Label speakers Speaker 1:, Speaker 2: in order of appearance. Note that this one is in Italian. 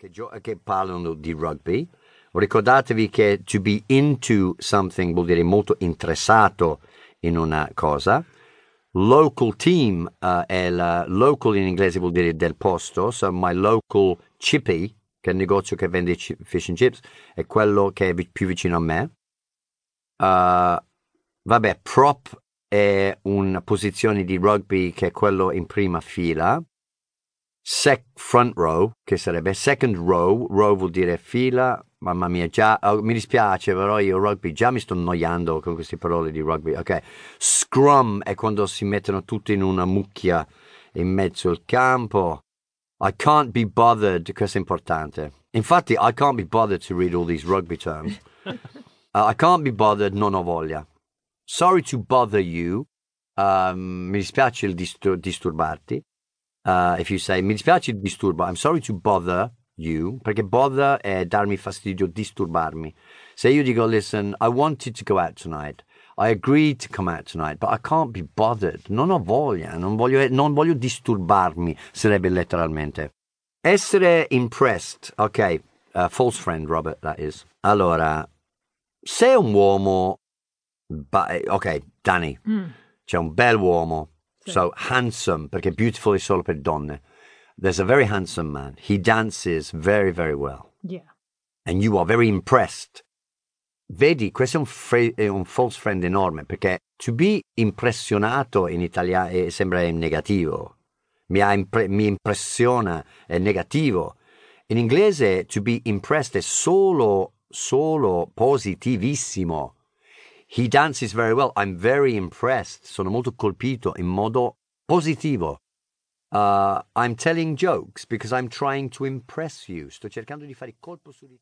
Speaker 1: che parlano di rugby. Ricordatevi che to be into something vuol dire molto interessato in una cosa. Local team è local in inglese vuol dire del posto, so my local chippy, che è il negozio che vende fish and chips, è quello che è più vicino a me. Vabbè, prop è una posizione di rugby che è quello in prima fila. Front row, che sarebbe second row vuol dire fila. Mamma mia, già mi dispiace, però io rugby già mi sto annoiando con queste parole di rugby. Ok, scrum è quando si mettono tutti in una mucchia in mezzo al campo. I can't be bothered, questo è importante. Infatti, I can't be bothered to read all these rugby terms. I can't be bothered, non ho voglia. Sorry to bother you. Mi dispiace il disturbarti. If you say, mi dispiace il disturbo, I'm sorry to bother you, perché bother è darmi fastidio, disturbarmi. Se io dico, listen, I wanted to go out tonight, I agreed to come out tonight, but I can't be bothered. Non ho voglia, non voglio disturbarmi, sarebbe letteralmente. Essere impressed, ok, false friend, Robert, that is. Allora, se un uomo, ok, Danny, c'è un bel uomo, so handsome, perché beautiful è solo per donne. There's a very handsome man. He dances very, very well.
Speaker 2: Yeah.
Speaker 1: And you are very impressed. Vedi, questo è un false friend enorme, perché to be impressionato in italiano sembra negativo. Mi impressiona, è negativo. In inglese to be impressed è solo positivissimo. He dances very well. I'm very impressed. Sono molto colpito in modo positivo. I'm telling jokes because I'm trying to impress you. Sto cercando di fare colpo su di te.